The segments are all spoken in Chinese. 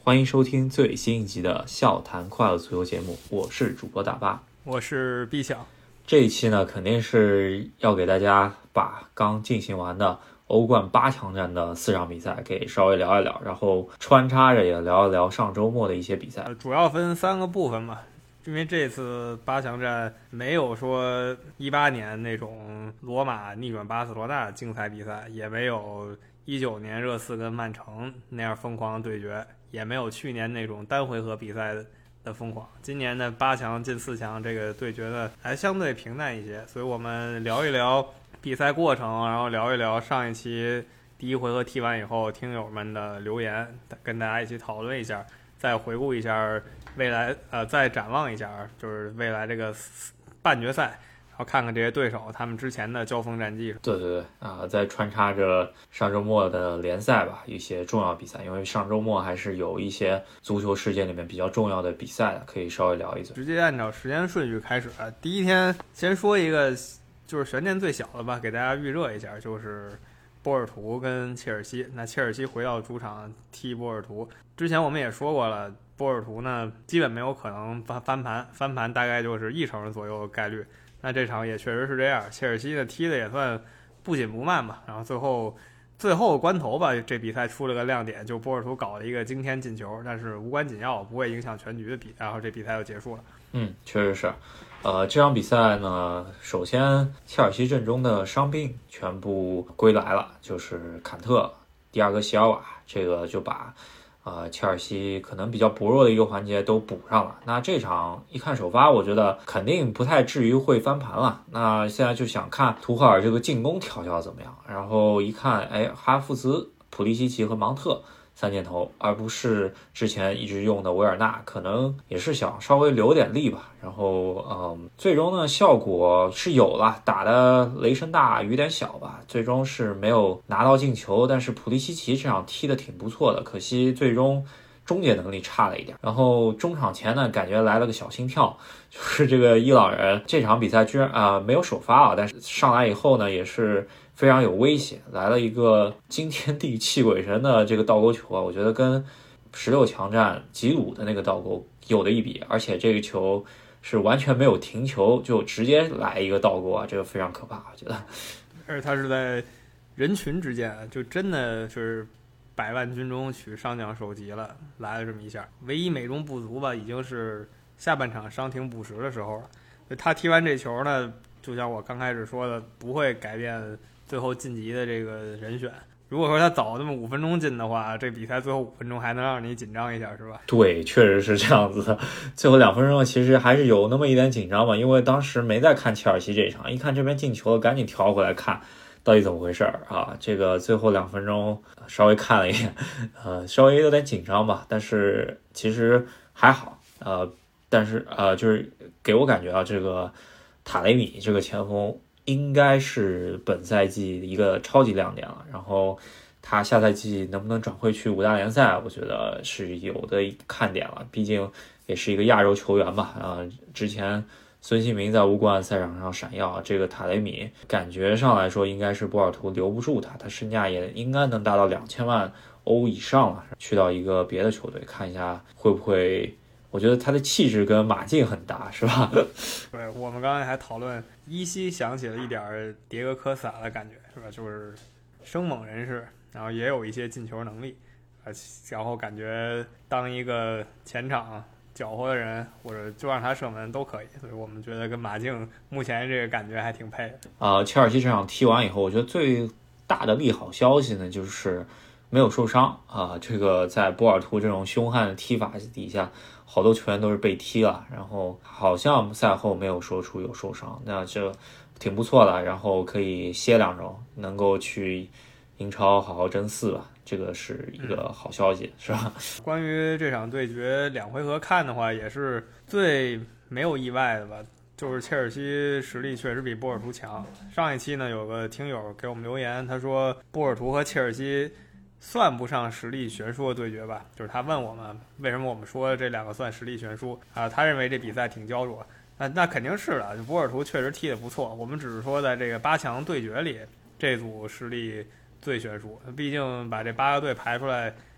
欢迎收听最新一集的笑谈快乐足球节目，我是主播大巴， 我是毕想。 这一期呢，肯定是要给大家把刚进行完的欧冠8强战的4场比赛给稍微聊一聊，然后穿插着也聊一聊上周末的一些比赛。 主要分3个部分嘛，因为这次8强战没有说18年那种罗马逆转巴塞罗那精彩比赛，也没有19年热刺跟曼城那样疯狂的对决，也没有去年那种单回合比赛的疯狂。今年的8强进4强这个对决呢还相对平淡一些，所以我们聊一聊比赛过程，然后聊一聊上一期第一回合踢完以后听友们的留言，跟大家一起讨论一下，再回顾一下未来，再展望一下就是未来这个半决赛，然后看看这些对手他们之前的交锋战绩。 对再穿插着上周末的联赛吧，一些重要比赛，因为上周末还是有一些足球世界里面比较重要的比赛的，可以稍微聊一嘴。 直接按照时间顺序开始，第一天先说一个就是悬念最小的吧，给大家预热一下，就是波尔图跟切尔西。那切尔西回到主场踢波尔图，之前我们也说过了，波尔图呢基本没有可能翻盘大概就是1成左右的概率。那这场也确实是这样，切尔西呢踢的也算不紧不慢吧，然后最后关头吧，这比赛出了个亮点，就波尔图搞了一个惊天进球，但是无关紧要，不会影响全局的然后这比赛就结束了。 确实是。这场比赛呢，首先切尔西阵中的伤病全部归来了，就是坎特、第二个席尔瓦，这个就把切尔西可能比较薄弱的一个环节都补上了。那这场一看首发，我觉得肯定不太至于会翻盘了。那现在就想看图赫尔这个进攻调教怎么样。然后一看，哈弗茨、普利西奇和芒特3箭头，而不是之前一直用的维尔纳，可能也是想稍微留点力吧。然后最终呢效果是有了，打的雷声大雨点小吧，最终是没有拿到进球，但是普利西奇这场踢的挺不错的，可惜最终终结能力差了一点。然后中场前呢感觉来了个小心跳，就是这个伊朗人这场比赛居然没有首发但是上来以后呢也是非常有威胁，来了一个惊天地泣鬼神的这个倒钩球我觉得跟16强战吉鲁的那个倒钩有的一比，而且这个球是完全没有停球就直接来一个倒钩这个非常可怕，我觉得。 而且他是在人群之间，就真的是百万军中取上将首级了，来了这么一下。唯一美中不足吧，已经是下半场伤停补时的时候了。他踢完这球呢，就像我刚开始说的，不会改变最后晋级的这个人选。如果说他早那么5分钟进的话，这比赛最后5分钟还能让你紧张一下，是吧？ 对，确实是这样子的。最后2分钟其实还是有那么一点紧张嘛，因为当时没在看切尔西这一场，一看这边进球了，赶紧调回来看到底怎么回事这个最后2分钟稍微看了一眼，稍微有点紧张吧，但是其实还好，但是就是给我感觉这个塔雷米这个前锋应该是本赛季一个超级亮点了，然后他下赛季能不能转会去5大联赛，我觉得是有的看点了，毕竟也是一个亚洲球员吧。之前孙兴民在欧冠赛场上闪耀，这个塔雷米感觉上来说应该是波尔图留不住他身价也应该能达到2000万欧以上了，去到一个别的球队看一下会不会。我觉得他的气质跟马竞很搭，是吧？ 对，我们刚才还讨论，依稀想起了一点迭戈科斯塔的感觉，是吧？就是生猛人士，然后也有一些进球能力，然后感觉当一个前场搅和的人，或者就让他射门都可以，所以我们觉得跟马竞目前这个感觉还挺配的。切尔西这场踢完以后，我觉得最大的利好消息呢，就是没有受伤这个在波尔图这种凶悍的踢法底下，好多球员都是被踢了，然后好像赛后没有说出有受伤，那这挺不错的，然后可以歇2周，能够去英超好好争4吧，这个是一个好消息，是吧？ 关于这场对决2回合看的话，也是最没有意外的吧，就是切尔西实力确实比波尔图强。上一期呢，有个听友给我们留言，他说波尔图和切尔西算不上实力悬殊的对决吧，就是他问我们为什么我们说这2个算实力悬殊他认为这比赛挺焦灼。那肯定是的，波尔图确实踢得不错，我们只是说在这个8强对决里，这组实力最悬殊，毕竟把这8个队排出来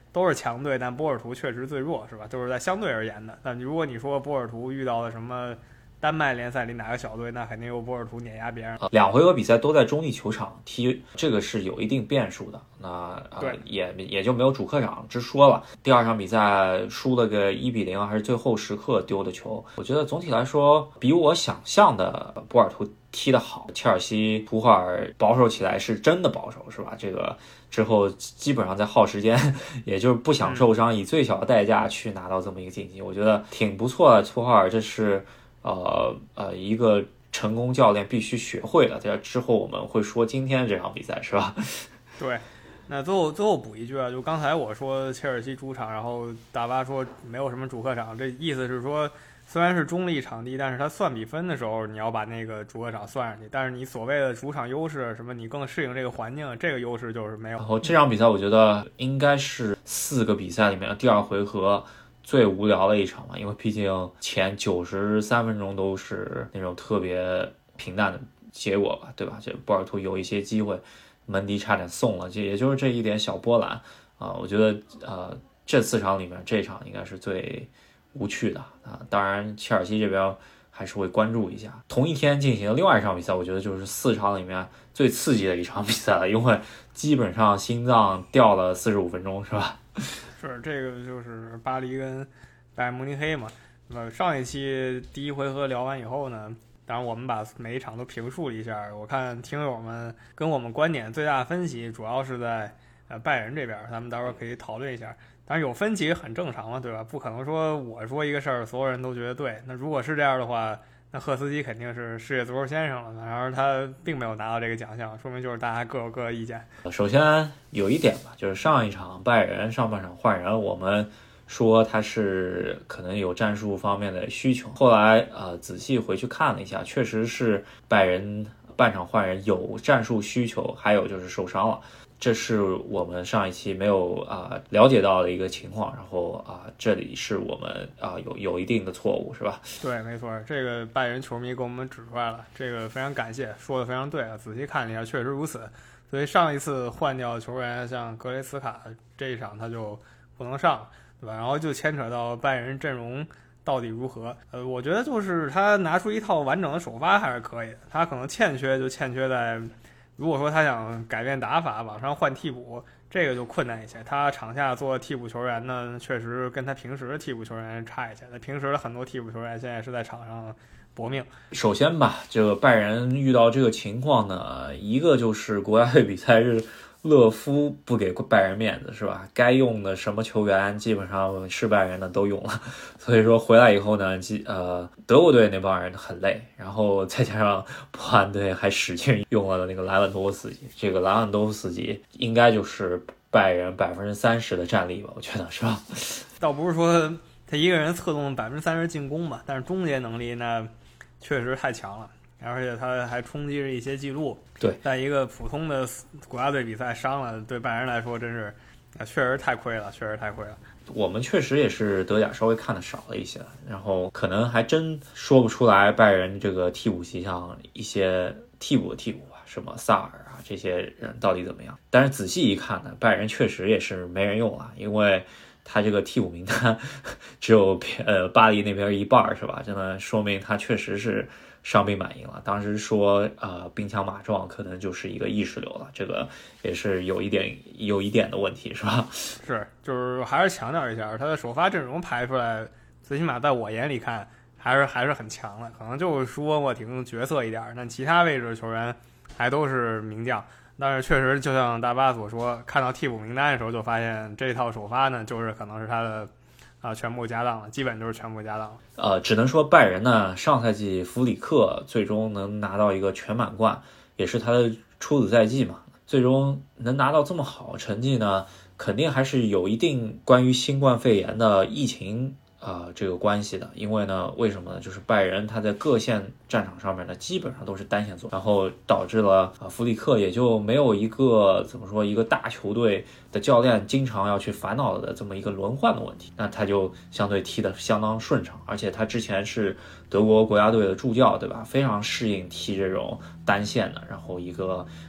都是强队，但波尔图确实最弱，是吧？就是在相对而言的。但如果你说波尔图遇到了什么丹麦联赛里哪个小队，那肯定由波尔图碾压别人。 2回合比赛都在中立球场踢，这个是有一定变数的。那也就没有主客场之说了。第2场比赛输了个1-0，还是最后时刻丢的球。我觉得总体来说比我想象的波尔图踢得好。切尔西图赫尔保守起来是真的保守，是吧？这个之后基本上在耗时间，也就是不想受伤，以最小的代价去拿到这么一个晋级，我觉得挺不错的。图赫尔这是一个成功教练必须学会的。这之后我们会说今天这场比赛，是吧？ 对。那最后补一句啊，就刚才我说切尔西主场，然后大巴说没有什么主客场，这意思是说虽然是中立场地，但是它算比分的时候你要把那个主客场算上去，但是你所谓的主场优势什么，你更适应这个环境，这个优势就是没有。 然后这场比赛我觉得应该是4个比赛里面第2回合最无聊的一场吧，因为毕竟前93分钟都是那种特别平淡的结果吧，对吧？这波尔图有一些机会，门迪差点送了，也就是这一点小波澜我觉得这4场里面这场应该是最无趣的当然切尔西这边还是会关注一下。同一天进行的另外一场比赛，我觉得就是4场里面最刺激的一场比赛了，因为基本上心脏掉了45分钟，是吧？ 是，这个就是巴黎跟拜仁慕尼黑嘛。上一期第1回合聊完以后呢，当然我们把每一场都评述了一下，我看听友们跟我们观点最大的分歧主要是在拜仁这边，咱们待会儿可以讨论一下。当然有分歧很正常嘛，对吧？不可能说我说一个事儿所有人都觉得对，那如果是这样的话，那赫斯基肯定是世界足球先生了，然而他并没有拿到这个奖项，说明就是大家各有各的意见。 首先有一点吧，就是上一场拜仁上半场换人，我们说他是可能有战术方面的需求，后来仔细回去看了一下，确实是拜仁半场换人有战术需求，还有就是受伤了。这是我们上一期没有了解到的一个情况，然后这里是我们有一定的错误，是吧？ 对，没错，这个拜仁球迷给我们指出来了，这个非常感谢，说的非常对啊，仔细看了一下，确实如此。所以上一次换掉球员像格雷斯卡这一场他就不能上，对吧？然后就牵扯到拜仁阵容到底如何。我觉得就是他拿出一套完整的首发还是可以的，他可能欠缺在。如果说他想改变打法，往上换替补，这个就困难一些。他场下做替补球员呢，确实跟他平时的替补球员差一些。他平时的很多替补球员现在是在场上搏命。 首先吧，这个拜仁遇到这个情况呢，一个就是国家队比赛日，勒夫不给拜仁面子，是吧？该用的什么球员基本上是拜仁的都用了，所以说回来以后呢，德国队那帮人很累，然后再加上波兰队还使劲用了那个莱万多夫斯基，这个莱万多夫斯基应该就是拜仁30%的战力吧，我觉得是吧？ 倒不是说他一个人策动30%进攻吧，但是终结能力那确实太强了。而且他还冲击了一些记录， 对， 在一个普通的国家队比赛伤了，对拜仁来说真是，确实太亏了，确实太亏了。 我们确实也是德甲稍微看的少了一些，然后可能还真说不出来拜仁这个替补席上一些替补吧，什么萨尔这些人到底怎么样？但是仔细一看呢，拜仁确实也是没人用了，因为他这个替补名单只有巴黎那边一半，是吧？真的说明他确实是伤病满营了。当时说兵强马壮可能就是一个意识流了，这个也是有一点的问题，是吧？ 是，就是还是强调一下，他的首发阵容排出来，最起码在我眼里看还是很强的，可能就是说我挺角色一点，但其他位置的球员还都是名将。但是确实就像大巴所说，看到替补名单的时候就发现这套首发呢，就是可能是他的全部家当了，基本就是全部家当了。 只能说拜仁呢，上赛季弗里克最终能拿到一个全满贯，也是他的初子赛季嘛，最终能拿到这么好成绩呢，肯定还是有一定关于新冠肺炎的疫情这个关系的。因为呢，为什么呢？就是拜仁他在各线战场上面呢，基本上都是单线作，然后导致了弗里克也就没有一个一个大球队的教练经常要去烦恼的这么一个轮换的问题，那他就相对踢得相当顺畅。而且他之前是德国国家队的助教，对吧？非常适应踢这种单线的，然后一个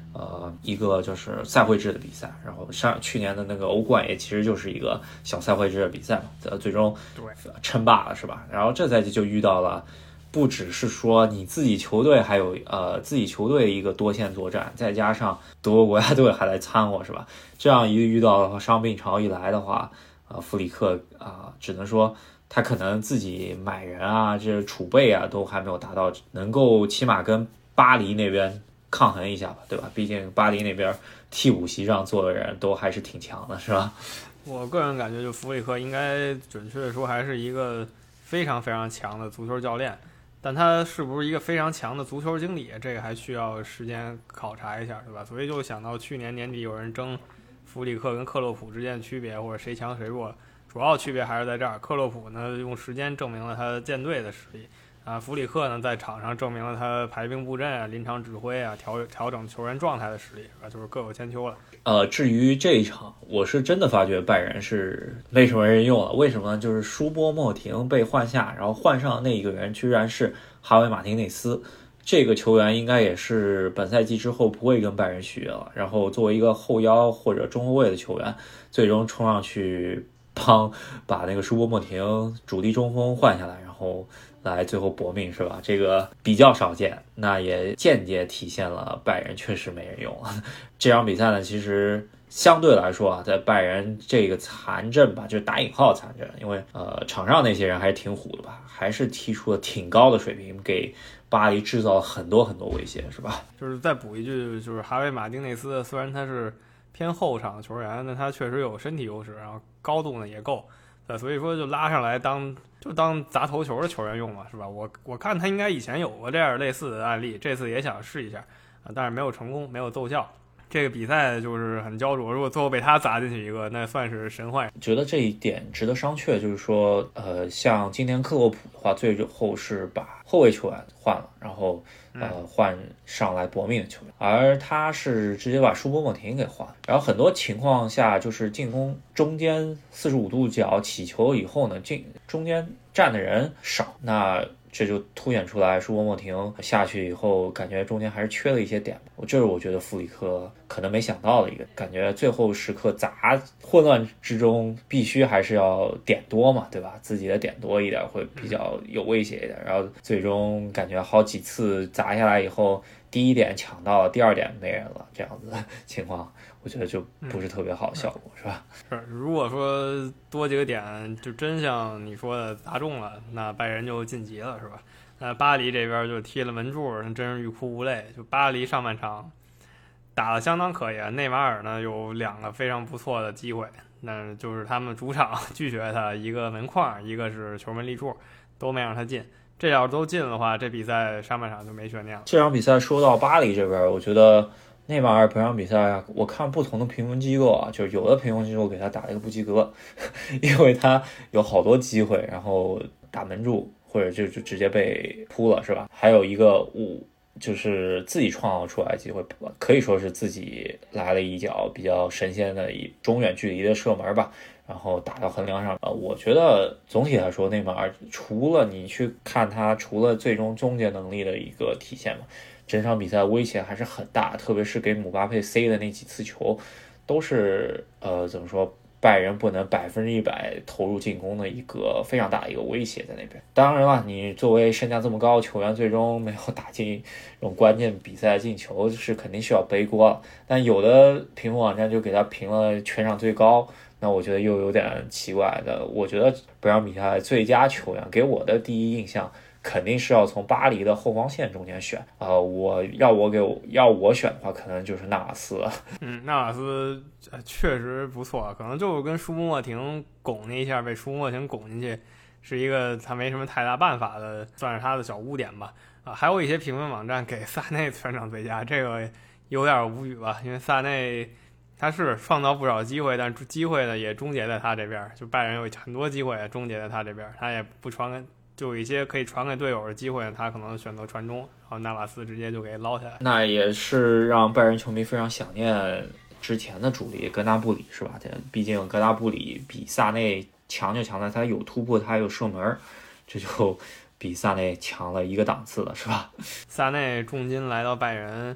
一个就是赛会制的比赛，然后去年的那个欧冠也其实就是一个小赛会制的比赛嘛，最终称霸了是吧？然后这赛季就遇到了，不只是说你自己球队还有自己球队一个多线作战，再加上德国国家队还来掺和是吧？这样一个遇到伤病潮一来的话，弗里克只能说他可能自己买人这储备都还没有达到，能够起码跟巴黎那边抗衡一下吧，对吧？毕竟巴黎那边替补席上坐的人都还是挺强的，是吧？ 我个人感觉，就弗里克应该准确的说还是一个非常非常强的足球教练，但他是不是一个非常强的足球经理，这个还需要时间考察一下，对吧？所以就想到去年年底有人争弗里克跟克洛普之间的区别，或者谁强谁弱，主要区别还是在这儿。克洛普呢用时间证明了他舰队的实力。弗里克呢，在场上证明了他排兵布阵临场指挥调整球员状态的实力，是吧？就是各有千秋了。 至于这一场，我是真的发觉拜仁是没什么人用了。为什么呢？就是舒波莫廷被换下，然后换上的那一个人居然是哈维马丁内斯。这个球员应该也是本赛季之后不会跟拜仁续约了。然后作为一个后腰或者中后卫的球员，最终冲上去把那个舒波莫廷主力中锋换下来，然后来最后搏命，是吧？这个比较少见，那也间接体现了拜仁确实没人用。这场比赛呢，其实相对来说在拜仁这个残阵吧，就是打引号残阵，因为场上那些人还是挺虎的吧，还是踢出了挺高的水平，给巴黎制造了很多很多威胁，是吧？ 就是再补一句，就是哈维马丁内斯虽然他是偏后场的球员，但他确实有身体优势，然后高度呢也够，所以说就拉上来当砸头球的球员用嘛，是吧？我看他应该以前有过这样类似的案例，这次也想试一下但是没有成功，没有奏效。这个比赛就是很焦灼，如果最后被他砸进去一个，那算是神幻。 觉得这一点值得商榷，就是说，像今年克洛普的话，最后是把后卫球员换了，然后换上来搏命的球员，而他是直接把舒波莫廷给换了。然后很多情况下就是进攻中间45度角起球以后呢，中间站的人少，那这就凸显出来舒波莫廷下去以后感觉中间还是缺了一些点，这是我觉得弗里克可能没想到的一个感觉，最后时刻混乱之中必须还是要点多嘛，对吧？自己的点多一点会比较有威胁一点，然后最终感觉好几次砸下来以后，第一点抢到了，第二点没人了，这样子的情况我觉得就不是特别好的效果，是吧？ 是，如果说多几个点就真像你说的砸中了，那拜仁就晋级了，是吧？那巴黎这边就踢了门柱，真是欲哭无泪。就巴黎上半场打得相当可以，内马尔呢有2个非常不错的机会，那就是他们主场拒绝他，一个门框，一个是球门立柱，都没让他进。这要是都进的话，这比赛上半场就没悬念了。 这场比赛说到巴黎这边，我觉得内马尔本场比赛我看不同的评分机构就是有的评分机构给他打了一个不及格，因为他有好多机会，然后打门柱或者就直接被扑了，是吧？还有一个就是自己创造出来的机会，可以说是自己来了一脚比较神仙的中远距离的射门吧，然后打到横梁上。我觉得总体来说内马尔除了你去看他除了最终终结能力的一个体现嘛，整场比赛威胁还是很大，特别是给姆巴佩塞的那几次球都是怎么说，拜仁不能100%投入进攻的一个非常大的一个威胁在那边。当然了，你作为身价这么高的球员，最终没有打进这种关键比赛进球，是肯定需要背锅了。但有的评分网站就给他评了全场最高，那我觉得又有点奇怪的。我觉得本场比赛最佳球员给我的第一印象肯定是要从巴黎的后防线中间选要我选的话，可能就是纳瓦斯了。 纳瓦斯确实不错，可能就是跟舒波莫廷拱那一下被舒波莫廷拱进去，是一个他没什么太大办法的，算是他的小污点吧。还有一些评分网站给萨内全场最佳，这个有点无语吧，因为萨内他是创造不少机会，但机会呢也终结在他这边，就拜仁有很多机会终结在他这边，他也不传给，就有一些可以传给队友的机会，他可能选择传中，然后纳瓦斯直接就给捞下来。 那也是让拜仁球迷非常想念之前的主力格纳布里，是吧？毕竟格纳布里比萨内强就强在他有突破，他有射门，这就比萨内强了一个档次了，是吧？ 萨内重金来到拜仁，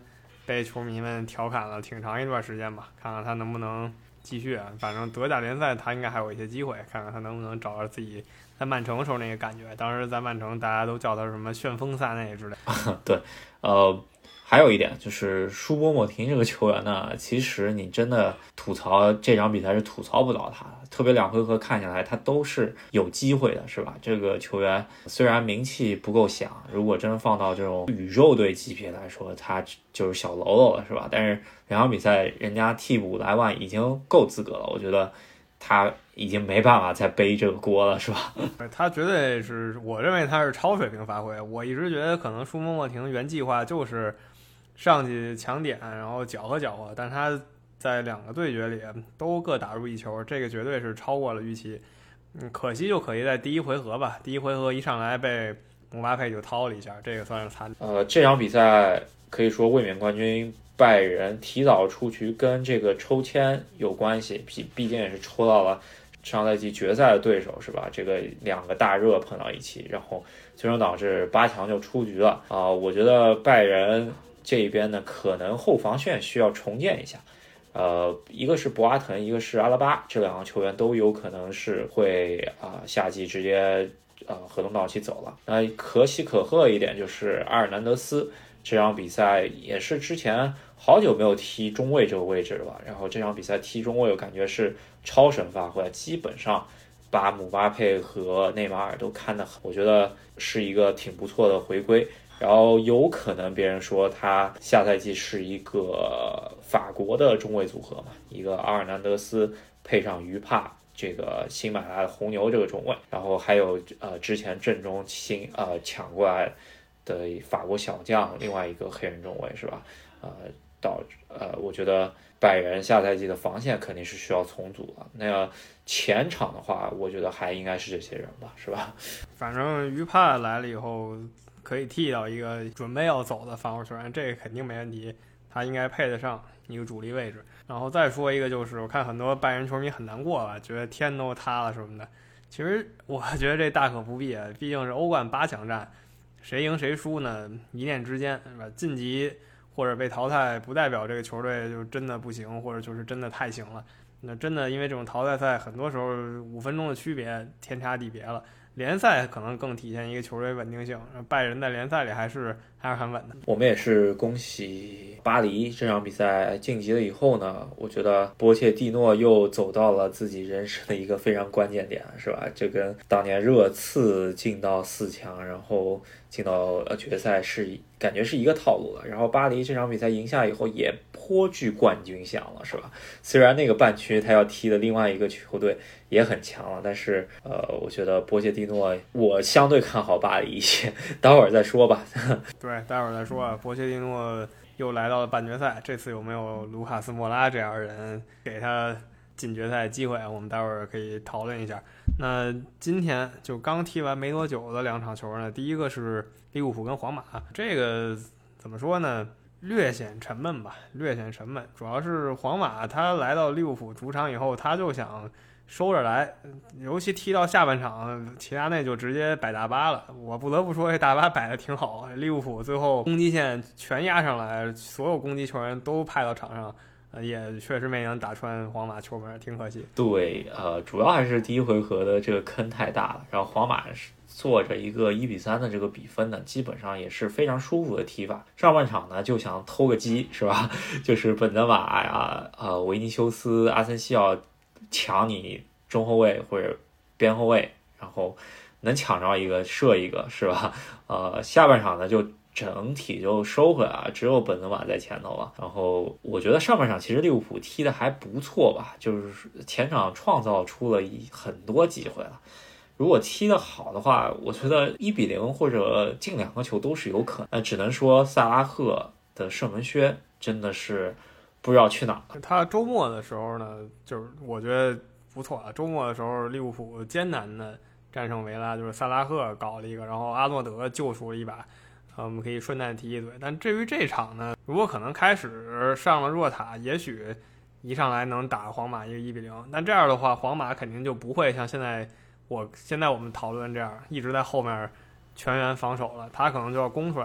被球迷们调侃了挺长一段时间吧，看看他能不能继续啊。反正德甲联赛他应该还有一些机会，看看他能不能找到自己在曼城时候那个感觉。当时在曼城大家都叫他什么旋风萨内之类的。 对，还有一点就是舒波莫廷这个球员呢，其实你真的吐槽这场比赛是吐槽不到他的，特别2回合看下来他都是有机会的，是吧？这个球员虽然名气不够响，如果真放到这种宇宙队级别来说，他就是小喽啰了，是吧？但是2场比赛人家替补莱万已经够资格了，我觉得他已经没办法再背这个锅了，是吧？ 他绝对是，我认为他是超水平发挥。我一直觉得可能舒波莫廷原计划就是上去抢点，然后搅和搅和，但他在2个对决里都各打入1球，这个绝对是超过了预期。可惜就可惜在第1回合吧，第1回合一上来被姆巴佩就掏了一下，这个算是惨。 这场比赛可以说卫冕冠军拜仁提早出局跟这个抽签有关系，毕竟也是抽到了上赛季决赛的对手，是吧？这个2个大热碰到一起，然后最终导致8强就出局了啊！我觉得拜仁这一边呢，可能后防线需要重建一下。一个是博阿滕，一个是阿拉巴，这2个球员都有可能是会夏季直接合同到期走了。那可喜可贺一点就是阿尔南德斯这场比赛也是之前好久没有踢中卫这个位置了吧，然后这场比赛踢中卫我感觉是超神发挥，基本上把姆巴佩和内马尔都看得很，我觉得是一个挺不错的回归。然后有可能别人说他下赛季是一个法国的中卫组合嘛，一个阿尔南德斯配上于帕这个新买来的红牛这个中卫，然后还有之前阵中抢过来的法国小将另外一个黑人中卫，是吧？我觉得拜仁下赛季的防线肯定是需要重组了。那前场的话，我觉得还应该是这些人吧，是吧？ 反正于帕来了以后，可以替到一个准备要走的防守球员，这个肯定没问题，他应该配得上一个主力位置。然后再说一个，就是我看很多拜仁球迷很难过吧，觉得天都塌了什么的。其实我觉得这大可不必啊，毕竟是欧冠8强战，谁赢谁输呢？一念之间，是吧？晋级或者被淘汰，不代表这个球队就真的不行，或者就是真的太行了。那真的因为这种淘汰赛，很多时候5分钟的区别天差地别了。联赛可能更体现一个球队稳定性，拜仁在联赛里还是很稳的。 我们也是恭喜巴黎这场比赛晋级了以后呢，我觉得波切蒂诺又走到了自己人生的一个非常关键点，是吧？这跟当年热刺进到4强，然后进到决赛是感觉是一个套路了。然后巴黎这场比赛赢下以后也颇具冠军相了，是吧？虽然那个半区他要踢的另外一个球队也很强了，但是我觉得波切蒂诺我相对看好巴黎一些，待会儿再说吧。 对，待会儿再说啊。波切蒂诺又来到了半决赛，这次有没有卢卡斯莫拉这样的人给他进决赛机会，我们待会儿可以讨论一下。那今天就刚踢完没多久的2场球呢，第一个是利物浦跟皇马，这个怎么说呢？略显沉闷吧，略显沉闷。主要是皇马他来到利物浦主场以后，他就想收着来，尤其踢到下半场，齐达内就直接摆大巴了。我不得不说，这大巴摆的挺好。利物浦最后攻击线全压上来，所有攻击球员都派到场上，也确实没能打穿皇马球门，挺可惜。 对，主要还是第1回合的这个坑太大了，然后皇马做着一个1-3的这个比分呢，基本上也是非常舒服的踢法。上半场呢就想偷个鸡，是吧？就是本泽马呀、维尼修斯、阿森西奥抢你中后卫或者边后卫，然后能抢着一个射一个，是吧？下半场呢就整体就收回来了，只有本泽马在前头了。然后我觉得上半场其实利物浦踢的还不错吧，就是前场创造出了很多机会了。如果踢得好的话，我觉得1-0或者进2个球都是有可能。只能说萨拉赫的射门靴真的是不知道去哪了。 他周末的时候呢，就是我觉得不错啊。周末的时候，利物浦艰难的战胜维拉，就是萨拉赫搞了一个，然后阿诺德救赎了一把。我们可以顺带提一嘴。但至于这场呢，如果可能开始上了若塔，也许一上来能打皇马一个1-0，但这样的话，皇马肯定就不会像现在我们讨论这样一直在后面全员防守了，他可能就要攻出来。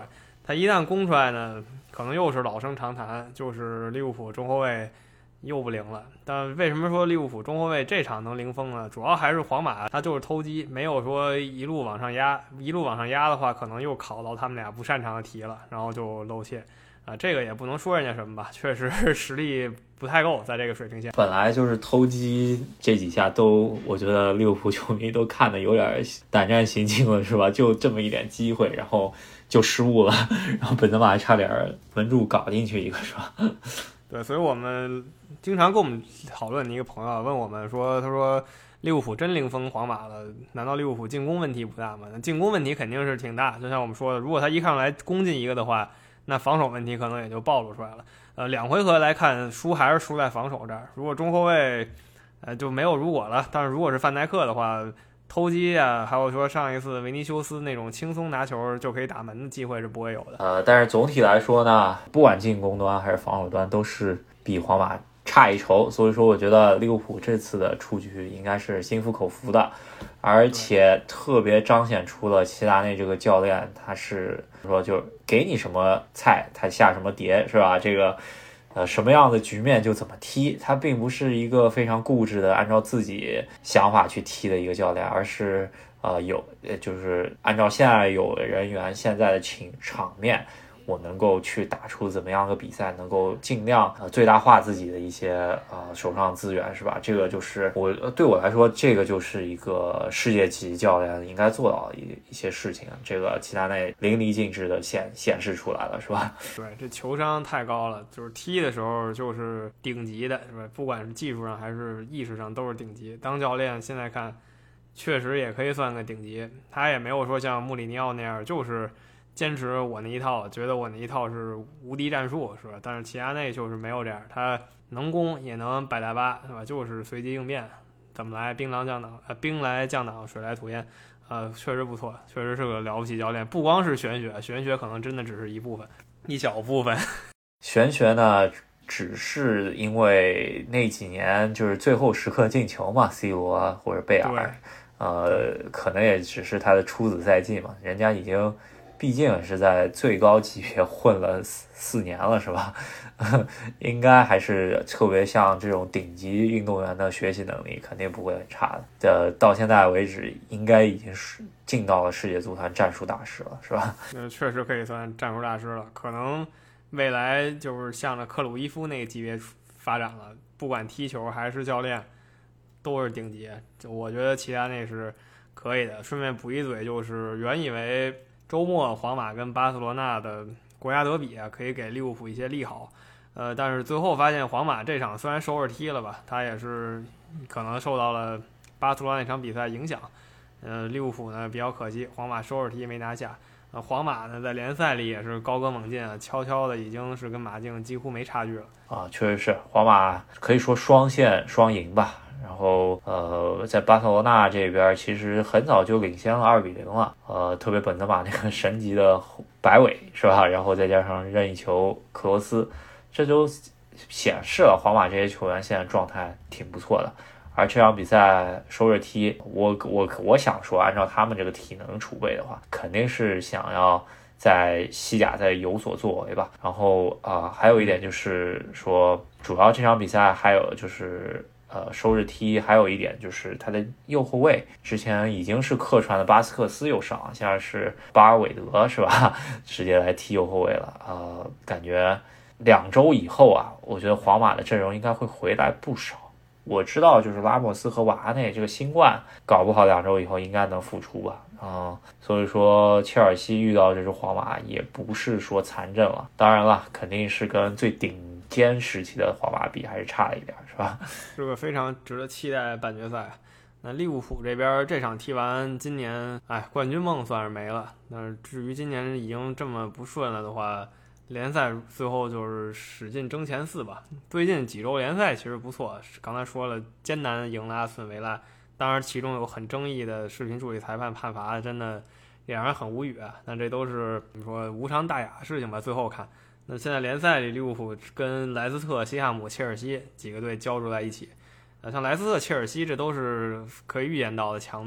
他一旦攻出来呢，可能又是老生常谈，就是利物浦中后卫又不灵了。但为什么说利物浦中后卫这场能零封呢？主要还是皇马，他就是偷鸡，没有说一路往上压。一路往上压的话，可能又考到他们俩不擅长的题了，然后就露怯。这个也不能说人家什么吧，确实实力不太够，在这个水平线。 本来就是偷鸡这几下都，我觉得利物浦球迷都看得有点胆战心惊了，是吧？就这么一点机会，然后就失误了，然后本泽马差点门柱搞进去一个，是吧？ 对，所以我们经常跟我们讨论的一个朋友问我们说，他说利物浦真零封皇马了，难道利物浦进攻问题不大吗？那进攻问题肯定是挺大，就像我们说的，如果他一上来攻进一个的话，那防守问题可能也就暴露出来了。2回合来看，输还是输在防守这儿。如果中后卫，就没有如果了。但是如果是范戴克的话，偷鸡啊，还有说上一次维尼修斯那种轻松拿球就可以打门的机会是不会有的。 但是总体来说呢，不管进攻端还是防守端，都是比皇马差一筹。所以说，我觉得利物浦这次的出局应该是心服口服的，而且特别彰显出了齐达内这个教练，他是说就给你什么菜，他下什么碟，是吧？这个什么样的局面就怎么踢，他并不是一个非常固执的按照自己想法去踢的一个教练，而是就是按照现在有的人员现在的场面，我能够去打出怎么样的比赛，能够尽量最大化自己的一些手上资源，是吧？这个就是对我来说，这个就是一个世界级教练应该做到的一些事情。这个齐达内淋漓尽致的显示出来了，是吧？ 对，这球商太高了，就是踢的时候就是顶级的，是吧？不管是技术上还是意识上都是顶级。当教练现在看，确实也可以算个顶级。他也没有说像穆里尼奥那样，就是坚持我那一套，觉得我那一套是无敌战术，是吧？但是齐达内就是没有这样，他能攻也能摆大巴，是吧？就是随机应变，怎么来兵来将挡，水来土掩，确实不错，确实是个了不起教练。不光是玄学可能真的只是一小部分。 玄学呢，只是因为那几年就是最后时刻进球嘛 ，C 罗或者贝尔，可能也只是他的初子赛季嘛，人家已经毕竟是在最高级别混了4年了，是吧？应该还是特别像这种顶级运动员的学习能力肯定不会很差的。到现在为止，应该已经是进到了世界足坛战术大师了，是吧？ 确实可以算战术大师了，可能未来就是向着克鲁伊夫那个级别发展了，不管踢球还是教练都是顶级。我觉得齐达内是可以的。顺便补一嘴，就是原以为周末皇马跟巴塞罗那的国家德比可以给利物浦一些利好，但是最后发现皇马这场虽然收着踢了吧，他也是可能受到了巴塞罗那场比赛影响。利物浦呢比较可惜，皇马收着踢没拿下。皇马呢在联赛里也是高歌猛进啊，悄悄的已经是跟马竞几乎没差距了啊，确实是皇马可以说双线双赢吧。然后在巴塞罗那这边其实很早就领先了2-0了，特别本泽马那个神级的摆尾是吧？然后再加上任意球克罗斯，这就显示了皇马这些球员现在状态挺不错的。而这场比赛收着踢，我想说，按照他们这个体能储备的话，肯定是想要在西甲再有所作为吧。然后还有一点就是说，主要这场比赛还有就是收着踢，还有一点就是他的右后卫之前已经是客串的巴斯克斯又上了，现在是巴尔韦德是吧？直接来踢右后卫了。感觉2周以后啊，我觉得皇马的阵容应该会回来不少。我知道就是拉莫斯和瓦拉内这个新冠搞不好2周以后应该能复出吧。所以说切尔西遇到这支皇马也不是说残阵了，当然了，肯定是跟最顶尖时期的皇马比还是差了一点，是吧？ 是个非常值得期待的半决赛。那利物浦这边这场踢完，今年冠军梦算是没了。那至于今年已经这么不顺了的话，联赛最后就是使劲争前4吧。最近几周联赛其实不错，刚才说了艰难赢了阿斯顿维拉，当然其中有很争议的视频助理裁判判罚，真的也让人很无语啊。那这都是怎么说无伤大雅的事情吧。最后看，那现在联赛里利物浦跟莱斯特、西汉姆、切尔西几个队交织在一起，像莱斯特、切尔西这都是可以预见到的强队。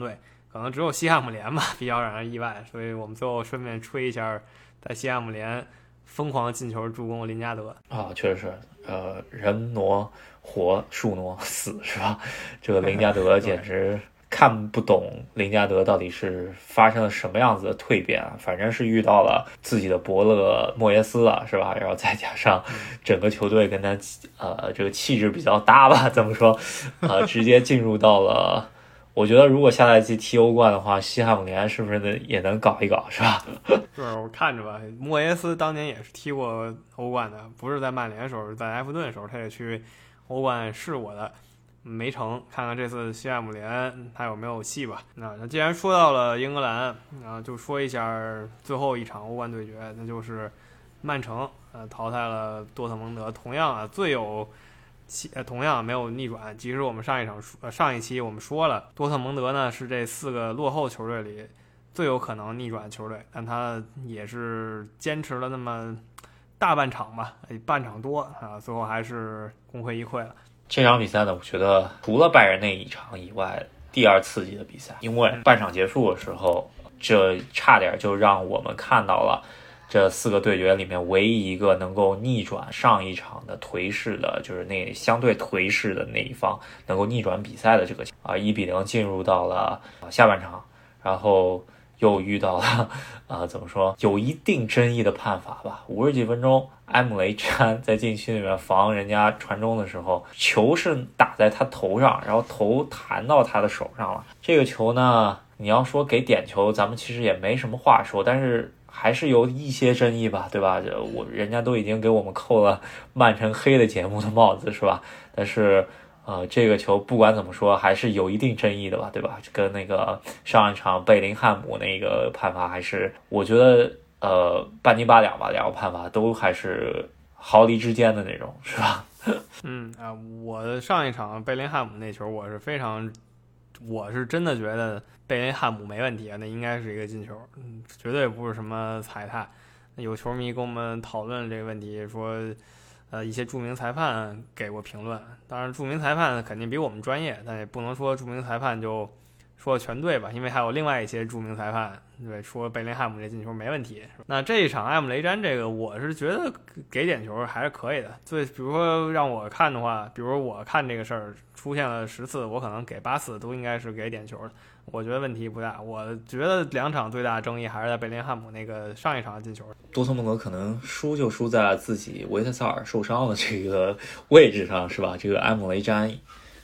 可能只有西汉姆联吧比较让人意外，所以我们最后顺便吹一下在西汉姆联疯狂进球助攻林加德啊，确实是，人挪活，树挪死，是吧？这个林加德简直看不懂林加德到底是发生了什么样子的蜕变啊！反正是遇到了自己的伯乐莫耶斯了，是吧？然后再加上整个球队跟他这个气质比较搭吧，怎么说？直接进入到了。我觉得如果下赛季踢欧冠的话，西汉姆联是不是也能搞一搞，是吧？ 是我看着吧，莫耶斯当年也是踢过欧冠的，不是在曼联的时候，在埃弗顿的时候，他也去欧冠试过的，没成。看看这次西汉姆联他有没有戏吧。那既然说到了英格兰，就说一下最后一场欧冠对决，那就是曼城淘汰了多特蒙德，同样同样没有逆转。即使我们上一期我们说了，多特蒙德呢是这4个落后球队里最有可能逆转球队，但他也是坚持了那么大半场吧，半场多最后还是功亏一篑了。 这场比赛呢，我觉得除了拜仁那一场以外，第二刺激的比赛，因为半场结束的时候，这差点就让我们看到了这4个对决里面唯一一个能够逆转上一场的颓势的，就是那相对颓势的那一方能够逆转比赛的这个1-0进入到了下半场，然后又遇到了怎么说有一定争议的判罚吧。50几分钟，埃姆雷詹在禁区里面防人家传中的时候，球是打在他头上，然后头弹到他的手上了。这个球呢，你要说给点球，咱们其实也没什么话说，但是还是有一些争议吧，对吧？人家都已经给我们扣了曼城黑的节目的帽子，是吧？但是这个球不管怎么说还是有一定争议的吧，对吧？跟那个上一场贝林汉姆那个判罚还是，我觉得半斤八两吧，两个判罚都还是毫厘之间的那种，是吧？ 我上一场贝林汉姆那球我是真的觉得贝林汉姆没问题，那应该是一个进球，绝对不是什么踩踏。有球迷跟我们讨论这个问题，说一些著名裁判给过评论，当然著名裁判肯定比我们专业，但也不能说著名裁判就说全对吧，因为还有另外一些著名裁判对说贝林汉姆这进球没问题。那这一场埃姆雷詹这个，我是觉得给点球还是可以的。所以比如说让我看的话，比如说我看这个事儿出现了10次，我可能给8次都应该是给点球的，我觉得问题不大。我觉得2场最大的争议还是在贝林汉姆那个上一场进球。 多特蒙德可能输就输在了自己维特萨尔受伤的这个位置上，是吧？这个埃姆雷詹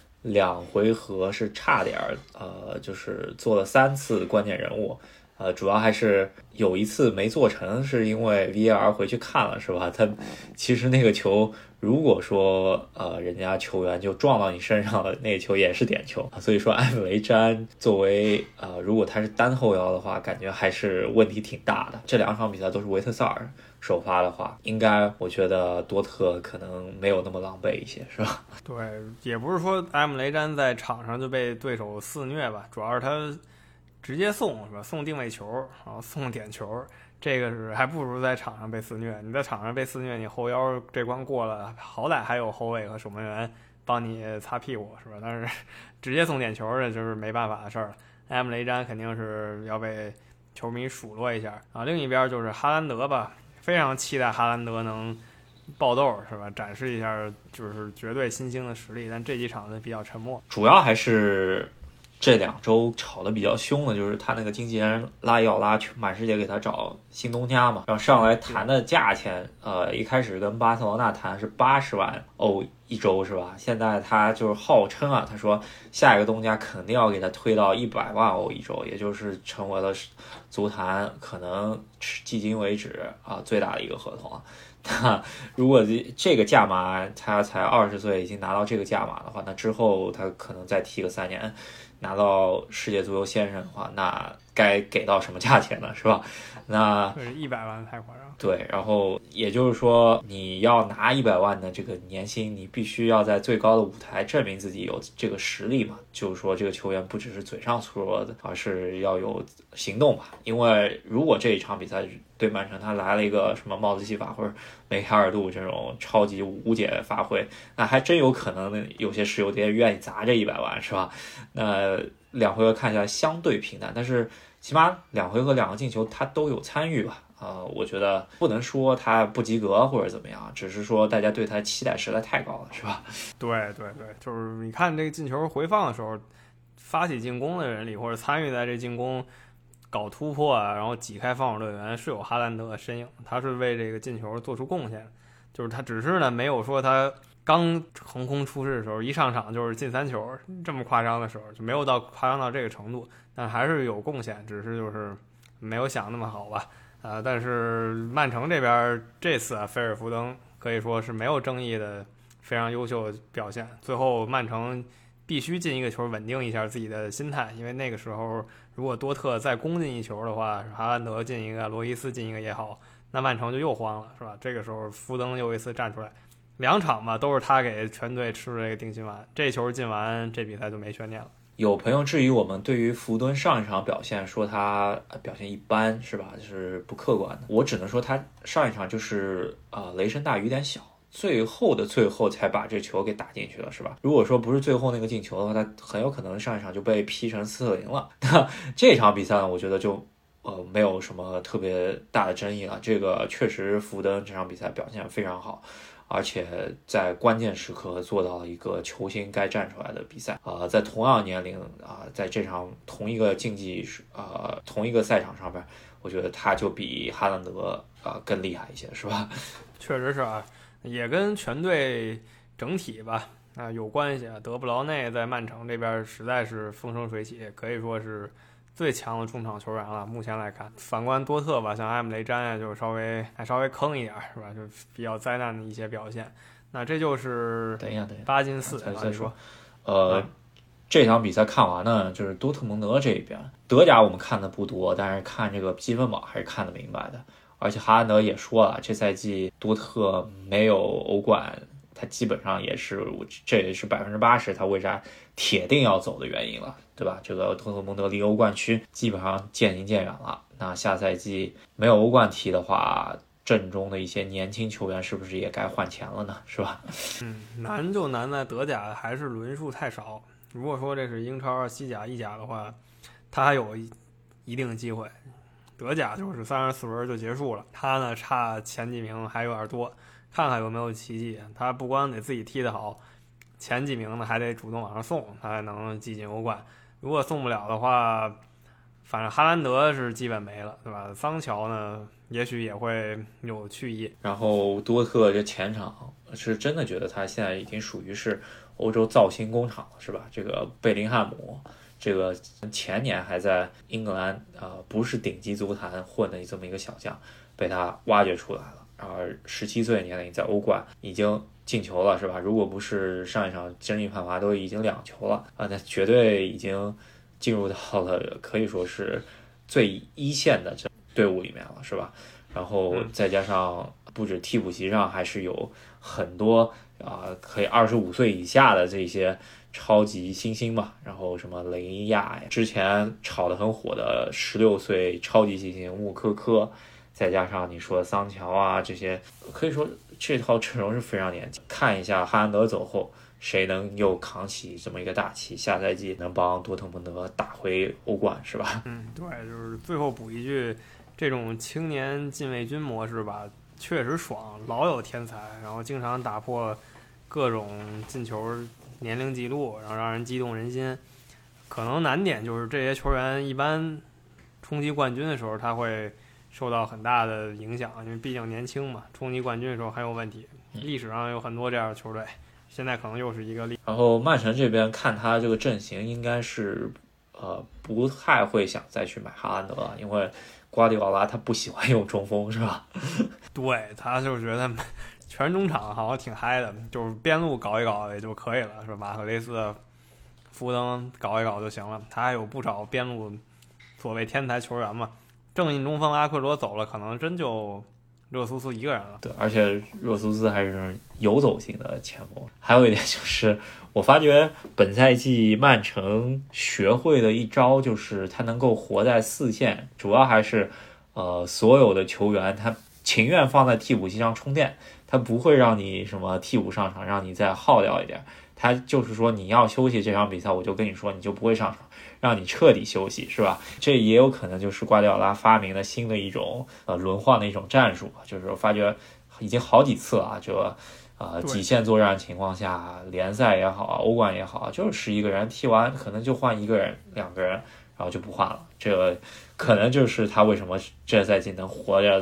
2回合是差点就是做了3次关键人物，主要还是有一次没做成，是因为 VAR 回去看了，是吧？他其实那个球，如果说人家球员就撞到你身上了，那个球也是点球。所以说埃姆雷詹作为如果他是单后腰的话，感觉还是问题挺大的。这2场比赛都是维特萨尔首发的话，应该我觉得多特可能没有那么狼狈一些，是吧？ 对，也不是说埃姆雷詹在场上就被对手肆虐吧，主要是他直接送，是吧？送定位球，然后送点球，这个是还不如在场上被肆虐。你在场上被肆虐，你后腰这关过了，好歹还有后卫和守门员帮你擦屁股，是吧？但是直接送点球，这就是没办法的事儿了。埃姆雷詹肯定是要被球迷数落一下啊。另一边就是哈兰德吧，非常期待哈兰德能爆豆，是吧？展示一下就是绝对新星的实力，但这几场呢比较沉默， 主要还是这2周吵得比较凶的，就是他那个经纪人拉要拉去满世界给他找新东家嘛，然后上来谈的价钱，一开始跟巴塞罗那谈是80万欧一周，是吧？现在他就是号称他说下一个东家肯定要给他推到100万欧一周，也就是成为了足坛可能迄今为止最大的一个合同。那如果这个价码他才20岁已经拿到这个价码的话，那之后他可能再踢个3年，拿到世界足球先生的话，那该给到什么价钱呢？是吧？那 100万太夸张。 对，然后也就是说，你要拿100万的这个年薪，你必须要在最高的舞台证明自己有这个实力嘛。就是说，这个球员不只是嘴上说的，而是要有行动吧。因为如果这一场比赛对曼城他来了一个什么帽子戏法或者梅开二度这种超级无解发挥，那还真有可能有些室友店愿意砸这100万，是吧？那 2回合看下来相对平淡，但是起码2回合2个进球他都有参与吧。我觉得不能说他不及格或者怎么样，只是说大家对他期待实在太高了，是吧？ 对对对，就是你看这个进球回放的时候，发起进攻的人里或者参与在这进攻搞突破啊，然后挤开防守队员是有哈兰德的身影，他是为这个进球做出贡献，就是他只是呢没有说他刚横空出世的时候一上场就是进3球这么夸张的时候，就没有到夸张到这个程度，但还是有贡献，只是就是没有想那么好吧。但是曼城这边这次菲尔福登可以说是没有争议的非常优秀的表现，最后曼城必须进一个球稳定一下自己的心态，因为那个时候如果多特再攻进一球的话，哈兰德进一个，罗伊斯进一个也好，那曼城就又慌了，是吧？这个时候福登又一次站出来，2场嘛都是他给全队吃了这个定心丸，这球进完这比赛就没悬念了。 有朋友质疑我们对于福登上一场表现，说他表现一般，是吧？就是不客观的。我只能说他上一场就是雷声大雨点小，最后的最后才把这球给打进去了，是吧？如果说不是最后那个进球的话，他很有可能上一场就被批成4-0了。那这场比赛呢，我觉得就没有什么特别大的争议了。这个确实福登这场比赛表现非常好。而且在关键时刻做到了一个球星该站出来的比赛在同样年龄在这场同一个竞技同一个赛场上边，我觉得他就比哈兰德更厉害一些，是吧？ 确实是也跟全队整体吧有关系德布劳内在曼城这边实在是风生水起，可以说是最强的中场球员了，目前来看。反观多特吧，像埃姆雷詹就稍微坑一点，是吧？就比较灾难的一些表现。那这就是8进4。 再说，这场比赛看完呢，就是多特蒙德这边，德甲我们看的不多，但是看这个积分榜还是看得明白的。而且哈兰德也说了，这赛季多特没有欧冠，他基本上这也是80%他为啥铁定要走的原因了，对吧？这个多特蒙德离欧冠区基本上渐行渐远了。那下赛季没有欧冠踢的话，阵中的一些年轻球员是不是也该换钱了呢？是吧？ 难就难在德甲还是轮数太少。如果说这是英超、西甲、意甲的话，他还有一定机会。德甲就是34轮就结束了，他呢差前几名还有点多，看看有没有奇迹。他不光得自己踢得好，前几名呢还得主动往上送，他才能挤进欧冠。如果送不了的话，反正哈兰德是基本没了，对吧？桑乔呢也许也会有去意。 然后多特这前场是真的觉得他现在已经属于是欧洲造星工厂了，是吧？这个贝林汉姆，这个前年还在英格兰不是顶级足坛混的这么一个小将，被他挖掘出来了。而17岁年龄在欧冠已经进球了，是吧？如果不是上一场争议判罚都已经2球了那绝对已经进入到了可以说是最一线的这队伍里面了，是吧？然后再加上不止替补席上还是有很多可以25岁以下的这些超级新星嘛，然后什么雷亚之前炒得很火的16岁超级新星穆科科，再加上你说桑乔这些，可以说这套阵容是非常年轻。看一下哈兰德走后谁能又扛起这么一个大旗，下赛季能帮多特蒙德打回欧冠，是吧？ 对，就是最后补一句，这种青年禁卫军模式吧，确实爽，老有天才，然后经常打破各种进球年龄记录，然后让人激动人心。可能难点就是这些球员一般冲击冠军的时候，他会受到很大的影响，因为毕竟年轻嘛，冲击冠军的时候很有问题。历史上有很多这样的球队，现在可能又是一个例。 然后曼城这边看他这个阵型，应该是不太会想再去买哈兰德了，因为瓜迪奥拉他不喜欢用中锋，是吧？ 对，他就觉得全中场好像挺嗨的，就是边路搞一搞也就可以了，是吧？马赫雷斯、福登搞一搞就行了。他还有不少边路所谓天才球员嘛。正印中锋阿克罗走了，可能真就热苏斯一个人了。 对，而且热苏斯还是游走型的前锋。还有一点就是，我发觉本赛季曼城学会的一招就是他能够活在4线，主要还是所有的球员他情愿放在替补席上充电，他不会让你什么替补上场让你再耗掉一点， 他就是说你要休息这场比赛，我就跟你说你就不会上场，让你彻底休息，是吧？这也有可能就是瓜迪奥拉发明了新的一种轮换的一种战术，就是发觉已经好几次了，就极限作战情况下，联赛也好，欧冠也好，就是11个人踢完可能就换1个人、2个人，然后就不换了。这个可能就是他为什么这赛季能活着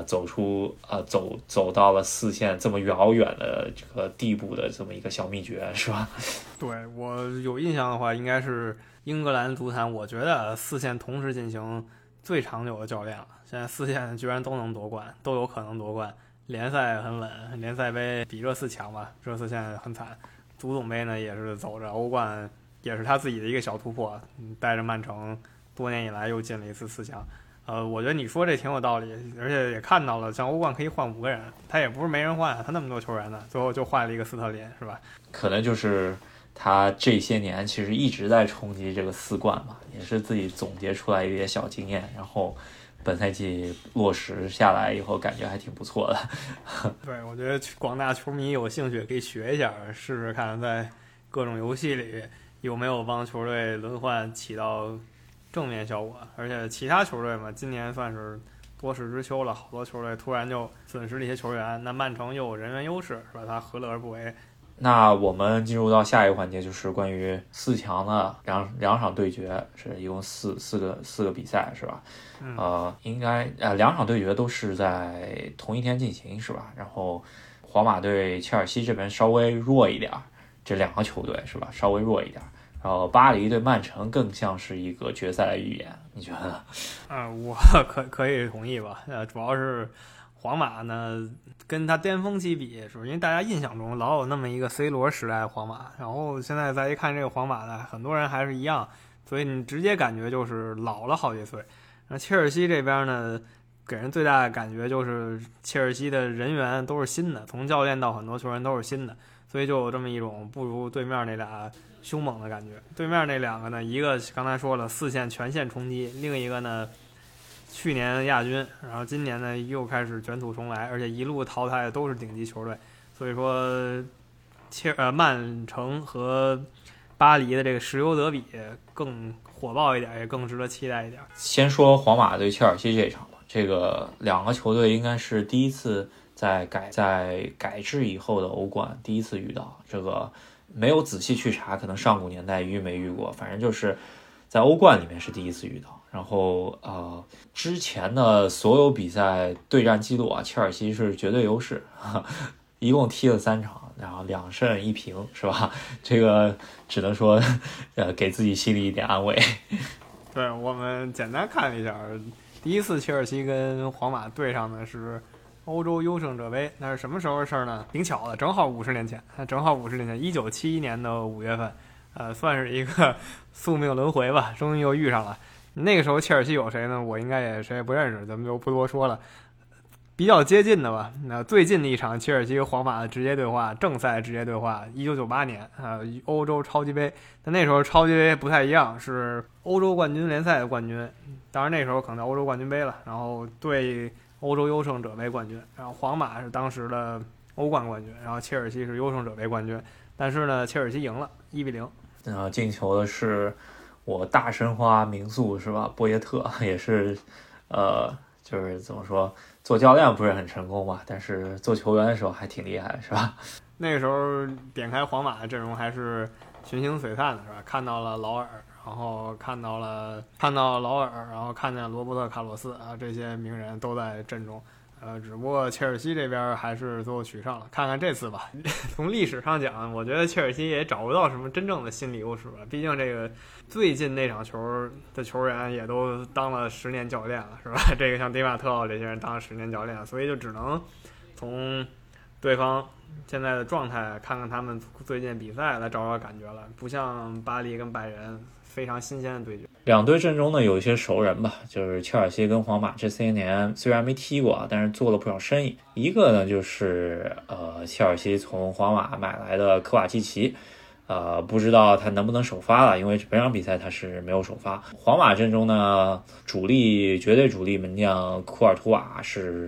走到了4线这么遥远的这个地步的这么一个小秘诀，是吧？ 对，我有印象的话，应该是英格兰足坛，我觉得4线同时进行最长久的教练了。现在4线居然都能夺冠，都有可能夺冠。联赛很稳，联赛杯比热刺强吧，热刺现在很惨。足总杯呢也是走着，欧冠也是他自己的一个小突破，带着曼城多年以来又进了一次4强。我觉得你说这挺有道理，而且也看到了，像欧冠可以换5个人，他也不是没人换，他那么多球员呢，最后就换了一个斯特林，是吧？ 可能就是他这些年其实一直在冲击这个4冠嘛，也是自己总结出来一些小经验，然后本赛季落实下来以后，感觉还挺不错的。 对，我觉得广大球迷有兴趣可以学一下，试试看在各种游戏里有没有帮球队轮换起到正面效果。而且其他球队嘛，今年算是多事之秋了，好多球队突然就损失了一些球员，那曼城又有人员优势，是吧？他何乐而不为？ 那我们进入到下一个环节，就是关于4强的两场对决，是一共四个比赛，是吧？应该2场对决都是在同一天进行，是吧？然后皇马对切尔西这边稍微弱一点，这2个球队是吧？稍微弱一点。然后巴黎对曼城更像是一个决赛的预演，你觉得？ 我可以同意吧。主要是皇马呢，跟他巅峰期比，是因为大家印象中老有那么一个 C 罗时代的皇马，然后现在再一看这个皇马呢，很多人还是一样，所以你直接感觉就是老了好几岁。那切尔西这边呢，给人最大的感觉就是切尔西的人员都是新的，从教练到很多球员都是新的，所以就有这么一种不如对面那俩凶猛的感觉。对面那2个呢，一个刚才说了4线全线冲击，另一个呢去年亚军，然后今年呢又开始卷土重来，而且一路淘汰的都是顶级球队，所以说曼城和巴黎的这个石油德比更火爆一点，也更值得期待一点。 先说皇马对切尔西这一场吧，这个2个球队应该是第一次在改制以后的欧冠第一次遇到，这个没有仔细去查，可能上古年代遇没遇过，反正就是在欧冠里面是第一次遇到。然后之前的所有比赛对战记录切尔西是绝对优势，一共踢了3场，然后2胜1平，是吧？这个只能说给自己心里一点安慰。 对，我们简单看了一下，第一次切尔西跟皇马对上的是欧洲优胜者杯，那是什么时候的事呢？挺巧的，正好50年前，1971年的5月份，算是一个宿命轮回吧，终于又遇上了。那个时候切尔西有谁呢？我应该也谁也不认识，咱们就不多说了。比较接近的吧，那最近的一场切尔西和皇马的直接对话，正赛直接对话，1998年欧洲超级杯。但那时候超级杯不太一样，是欧洲冠军联赛的冠军，当然那时候可能欧洲冠军杯了，然后对欧洲优胜者杯冠军，然后皇马是当时的欧冠冠军，然后切尔西是优胜者杯冠军，但是呢，切尔西赢了1-0。 进球的是我大申花名宿是吧？波耶特也是，就是怎么说，做教练不是很成功吧，但是做球员的时候还挺厉害，是吧？ 那个时候点开皇马的阵容还是群星璀璨的，是吧？看到了劳尔，然后看到了劳尔，然后看见罗伯特卡洛斯这些名人都在阵中。只不过切尔西这边还是最后取胜了。看看这次吧，从历史上讲，我觉得切尔西也找不到什么真正的心理优势了。毕竟这个最近那场球的球员也都当了10年教练了，是吧？这个像迪马特奥这些人当了10年教练，所以就只能从对方现在的状态看看他们最近比赛来找找感觉了，不像巴黎跟拜仁非常新鲜的对决。 两队阵中呢有一些熟人吧，就是切尔西跟皇马这些年虽然没踢过但是做了不少生意。一个呢就是切尔西从皇马买来的科瓦契奇，不知道他能不能首发了，因为本场比赛他是没有首发。皇马阵中呢绝对主力门将库尔图瓦是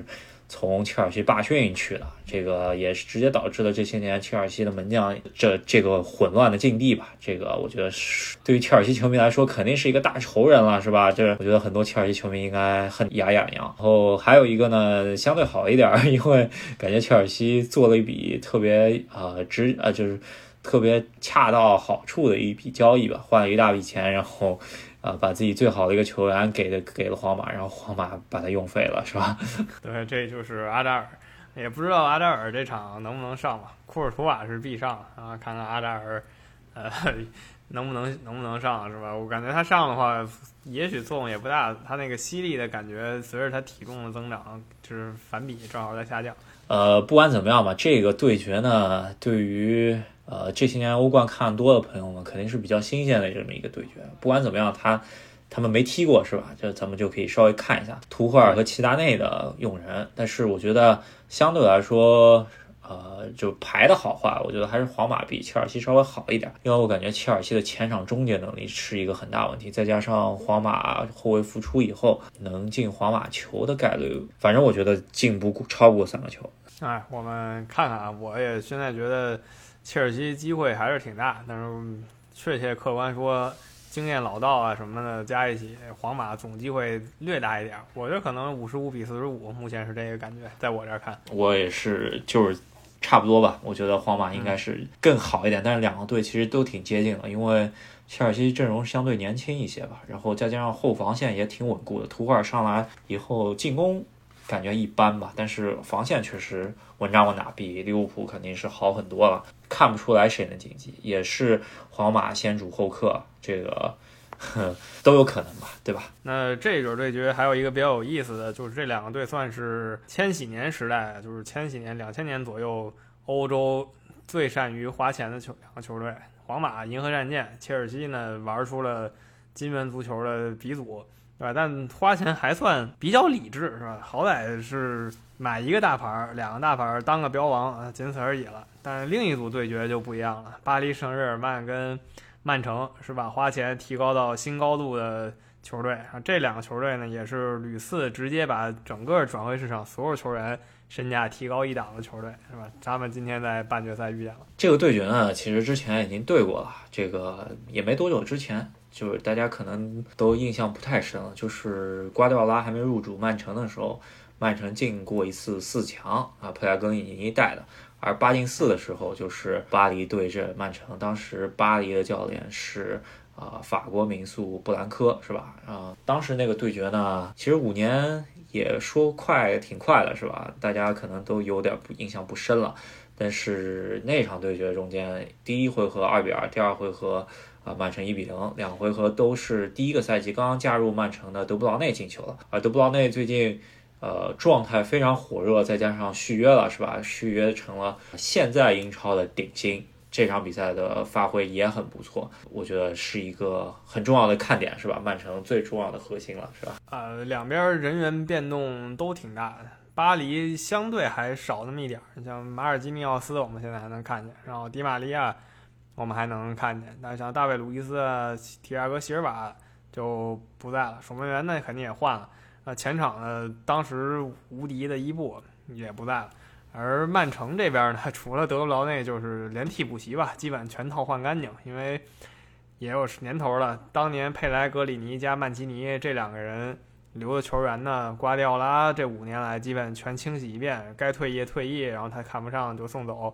从切尔西罢训去的，这个也是直接导致了这些年切尔西的门将这个混乱的境地吧。这个我觉得是对于切尔西球迷来说肯定是一个大仇人了，是吧？这我觉得很多切尔西球迷应该恨牙痒痒。然后还有一个呢相对好一点，因为感觉切尔西做了一笔特别就是特别恰到好处的一笔交易吧，换了一大笔钱，然后把自己最好的一个球员给了皇马，然后皇马把他用废了，是吧？ 对，这就是阿扎尔，也不知道阿扎尔这场能不能上吧。库尔图瓦是必上啊，看看阿扎尔，能不能上是吧？我感觉他上的话，也许作用也不大，他那个犀利的感觉随着他体重的增长，就是反比正好在下降。 不管怎么样吧，这个对决呢，对于这些年欧冠看多的朋友们肯定是比较新鲜的这么一个对决。不管怎么样，他们没踢过是吧？这咱们就可以稍微看一下图赫尔和齐达内的用人。但是我觉得相对来说，就排的好坏，我觉得还是皇马比切尔西稍微好一点，因为我感觉切尔西的前场终结能力是一个很大问题，再加上皇马后卫复出以后能进皇马球的概率，反正我觉得进不超过3个球。 哎，我们看看啊，我也现在觉得切尔西机会还是挺大，但是确切客观说，经验老道啊什么的加一起，皇马总机会略大一点。我觉得可能55-45，目前是这个感觉，在我这儿看。 我也是，就是差不多吧。我觉得皇马应该是更好一点，但是两个队其实都挺接近的，因为切尔西阵容相对年轻一些吧，然后再加上后防线也挺稳固的。图赫尔上来以后进攻感觉一般吧，但是防线确实稳扎稳打，比利物浦肯定是好很多了。看不出来谁能晋级，也是皇马先主后客，这个都有可能吧，对吧？ 那这轮对决还有一个比较有意思的，就是这两个队算是千禧年时代，就是千禧年2000年左右欧洲最善于花钱的两个球队。皇马银河战舰，切尔西呢玩出了金元足球的鼻祖，对吧？但花钱还算比较理智，是吧？好歹是买一个大牌，两个大牌当个标王，仅此而已了。但是另一组对决就不一样了，巴黎圣日耳曼跟曼城是吧？花钱提高到新高度的球队啊，这两个球队呢也是屡次直接把整个转会市场所有球员身价提高一档的球队，是吧？他们今天在半决赛遇见了。 这个对决呢，其实之前已经对过了，这个也没多久之前，就是大家可能都印象不太深了，就是瓜迪奥拉还没入主曼城的时候，曼城进过一次4强啊，佩莱格里尼带的。而8进4的时候，就是巴黎对阵曼城，当时巴黎的教练是法国名宿布兰科，是吧？当时那个对决呢，其实5年也说快挺快的，是吧？大家可能都有点印象不深了。但是那场对决中间，第一回合2-2，第二回合曼城1-0，两回合都是第一个赛季刚刚加入曼城的德布劳内进球了，而德布劳内最近状态非常火热，再加上续约了，是吧？续约成了现在英超的顶薪，这场比赛的发挥也很不错，我觉得是一个很重要的看点，是吧？曼城最重要的核心了，是吧？ 两边人员变动都挺大的，巴黎相对还少那么一点，像马尔基尼奥斯我们现在还能看见，然后迪玛利亚我们还能看见，但像大卫鲁伊斯、提亚戈席尔瓦就不在了，守门员呢肯定也换了。前场呢，当时无敌的伊布也不在了，而曼城这边呢，除了德布劳内，就是连替补席吧，基本全套换干净，因为也有年头了。当年佩莱格里尼加曼奇尼这两个人留的球员呢，瓜迪奥拉这5年来基本全清洗一遍，该退役退役，然后他看不上就送走，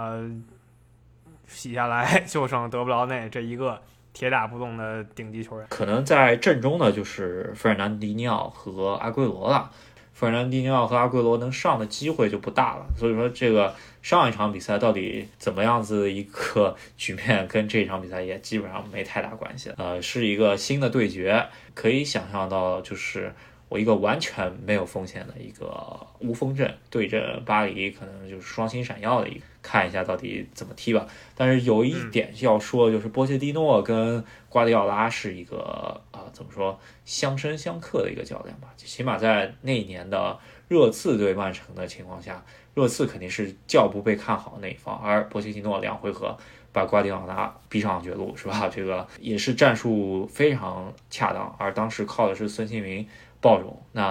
洗下来就剩德布劳内这一个铁打不动的顶级球员。 可能在阵中的就是费尔南迪尼奥和阿圭罗了。费尔南迪尼奥和阿圭罗能上的机会就不大了，所以说这个上一场比赛到底怎么样子一个局面，跟这场比赛也基本上没太大关系。是一个新的对决，可以想象到就是我一个完全没有风险的一个无锋阵对阵巴黎，可能就是双星闪耀的一个，看一下到底怎么踢吧。但是有一点要说，就是波切蒂诺跟瓜迪奥拉是一个怎么说相生相克的一个教练吧。起码在那一年的热刺对曼城的情况下，热刺肯定是较不被看好的那一方，而波切蒂诺2回合把瓜迪奥拉逼上绝路，是吧？这个也是战术非常恰当，而当时靠的是孙兴民爆种，那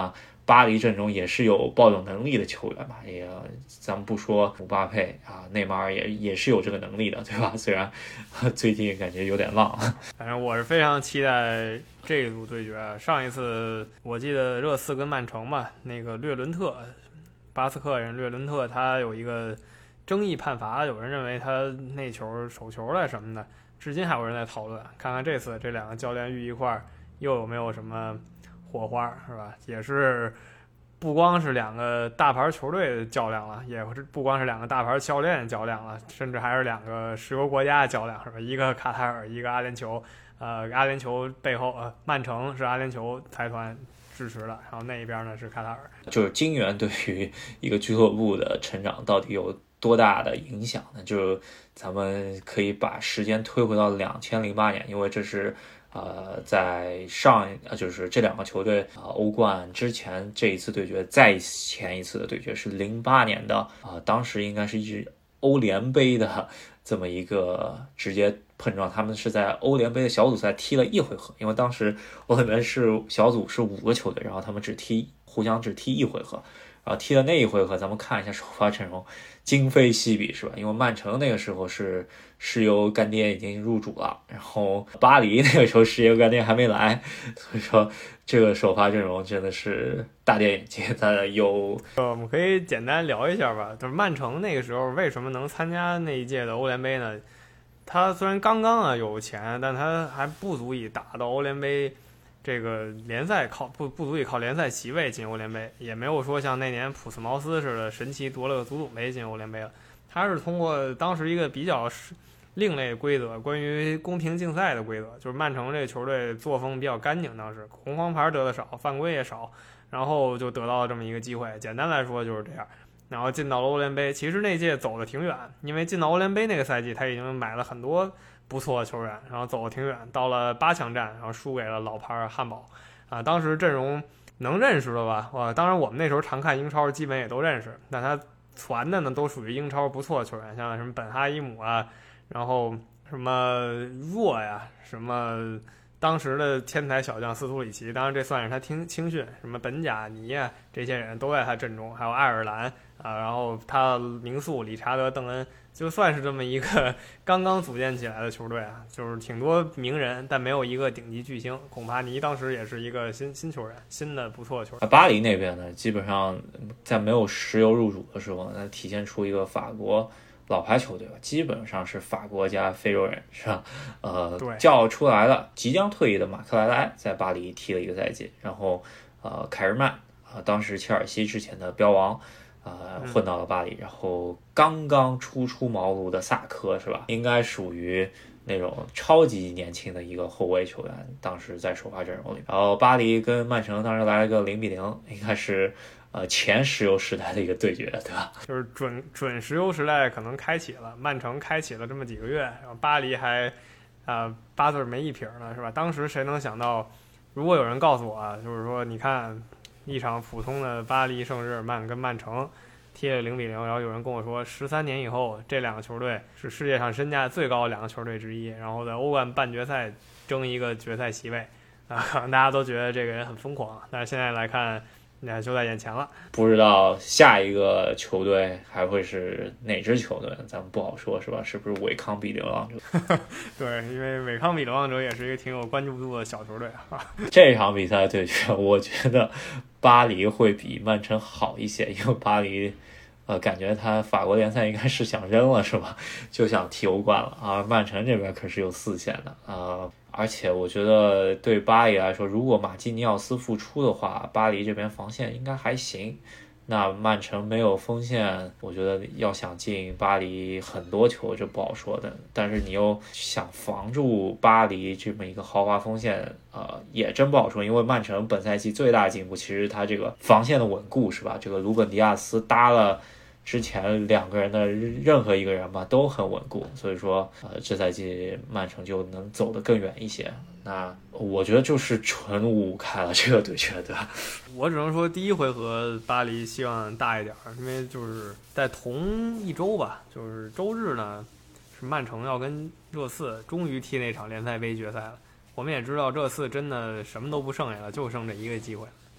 巴黎阵中也是有抱有能力的球员吧，也咱们不说姆巴佩啊，内马尔也是有这个能力的，对吧？虽然最近感觉有点浪。 反正我是非常期待这一组对决。上一次我记得热刺跟曼城嘛，那个略伦特，巴斯克人略伦特，他有一个争议判罚，有人认为他内球手球了什么的，至今还有人在讨论。看看这次这两个教练遇一块儿，又有没有什么火花，是吧？也是不光是两个大牌球队较量了，也是不光是两个大牌教练较量了，甚至还是两个石油国家较量，是吧？一个卡塔尔，一个阿联酋。阿联酋背后，曼城是阿联酋财团支持的，然后那一边呢是卡塔尔。 就是金元对于一个俱乐部的成长到底有多大的影响呢？就咱们可以把时间推回到2008年，因为这是在就是这两个球队欧冠之前这一次对决，再前一次的对决是08年的当时应该是欧联杯的这么一个直接碰撞，他们是在欧联杯的小组赛踢了一回合，因为当时欧联杯是小组是5个球队，然后他们互相只踢一回合，然后踢的那一回合，咱们看一下首发阵容，今非昔比，是吧？因为曼城那个时候是石油干爹已经入主了，然后巴黎那个时候石油干爹还没来，所以说这个首发阵容真的是大跌眼镜。 我们可以简单聊一下吧，就是曼城那个时候为什么能参加那一届的欧联杯呢？他虽然刚刚有钱，但他还不足以打到欧联杯这个联赛不足以靠联赛席位进欧联杯，也没有说像那年普斯茅斯似的神奇夺了个足总杯进欧联杯了。他是通过当时一个比较另类规则，关于公平竞赛的规则，就是曼城这个球队作风比较干净，当时红黄牌得的少，犯规也少，然后就得到了这么一个机会。简单来说就是这样。然后进到了欧联杯，其实那届走的挺远，因为进到欧联杯那个赛季他已经买了很多不错的球员，然后走的挺远，到了8强战，然后输给了老牌汉堡当时阵容能认识的吧？当然我们那时候常看英超，基本也都认识，但他传的呢都属于英超不错的球员，像什么本哈伊姆然后什么若呀，什么当时的天才小将斯图里奇，当然这算是他青训，什么本贾尼这些人都在他阵中，还有爱尔兰然后他名宿理查德邓恩，就算是这么一个刚刚组建起来的球队就是挺多名人，但没有一个顶级巨星。孔帕尼当时也是一个新球员，新的不错的球员。 巴黎那边呢，基本上在没有石油入主的时候呢，体现出一个法国老牌球队吧，基本上是法国加非洲人，是吧？叫出来了即将退役的马克莱莱在巴黎踢了一个赛季，然后凯尔曼当时切尔西之前的标王混到了巴黎，然后刚刚初出茅庐的萨科，是吧？应该属于那种超级年轻的一个后卫球员，当时在首发阵容里。然后巴黎跟曼城当时来了个0-0，应该是前石油时代的一个对决，对吧？ 就是准石油时代可能开启了，曼城开启了这么几个月，然后巴黎还8字没一撇呢，是吧？当时谁能想到，如果有人告诉我就是说你看一场普通的巴黎圣日耳曼跟曼城踢了0-0，然后有人跟我说13年以后这两个球队是世界上身价最高的两个球队之一，然后在欧冠半决赛争一个决赛席位可能大家都觉得这个人很疯狂，但是现在来看就在眼前了。 不知道下一个球队还会是哪支球队，咱们不好说，是吧？是不是韦康比流浪者？ 对，因为韦康比流浪者也是一个挺有关注度的小球队这场比赛对决，我觉得巴黎会比曼城好一些，因为巴黎感觉他法国联赛应该是想扔了，是吧？就想踢欧冠了曼城这边可是有4线的而且我觉得对巴黎来说，如果马基尼奥斯复出的话，巴黎这边防线应该还行。那曼城没有锋线，我觉得要想进巴黎很多球这不好说的。但是你又想防住巴黎这么一个豪华锋线也真不好说。因为曼城本赛季最大进步其实他这个防线的稳固，是吧？这个鲁本迪亚斯搭了之前2个人的任何一个人吧都很稳固，所以说这赛季曼城就能走得更远一些。那我觉得就是纯5-5开了这个对决，对吧？ 我只能说第一回合巴黎希望大一点，因为就是在同一周吧，就是周日呢是曼城要跟热刺终于踢那场联赛杯决赛了。我们也知道热刺真的什么都不剩下了，就剩这一个机会，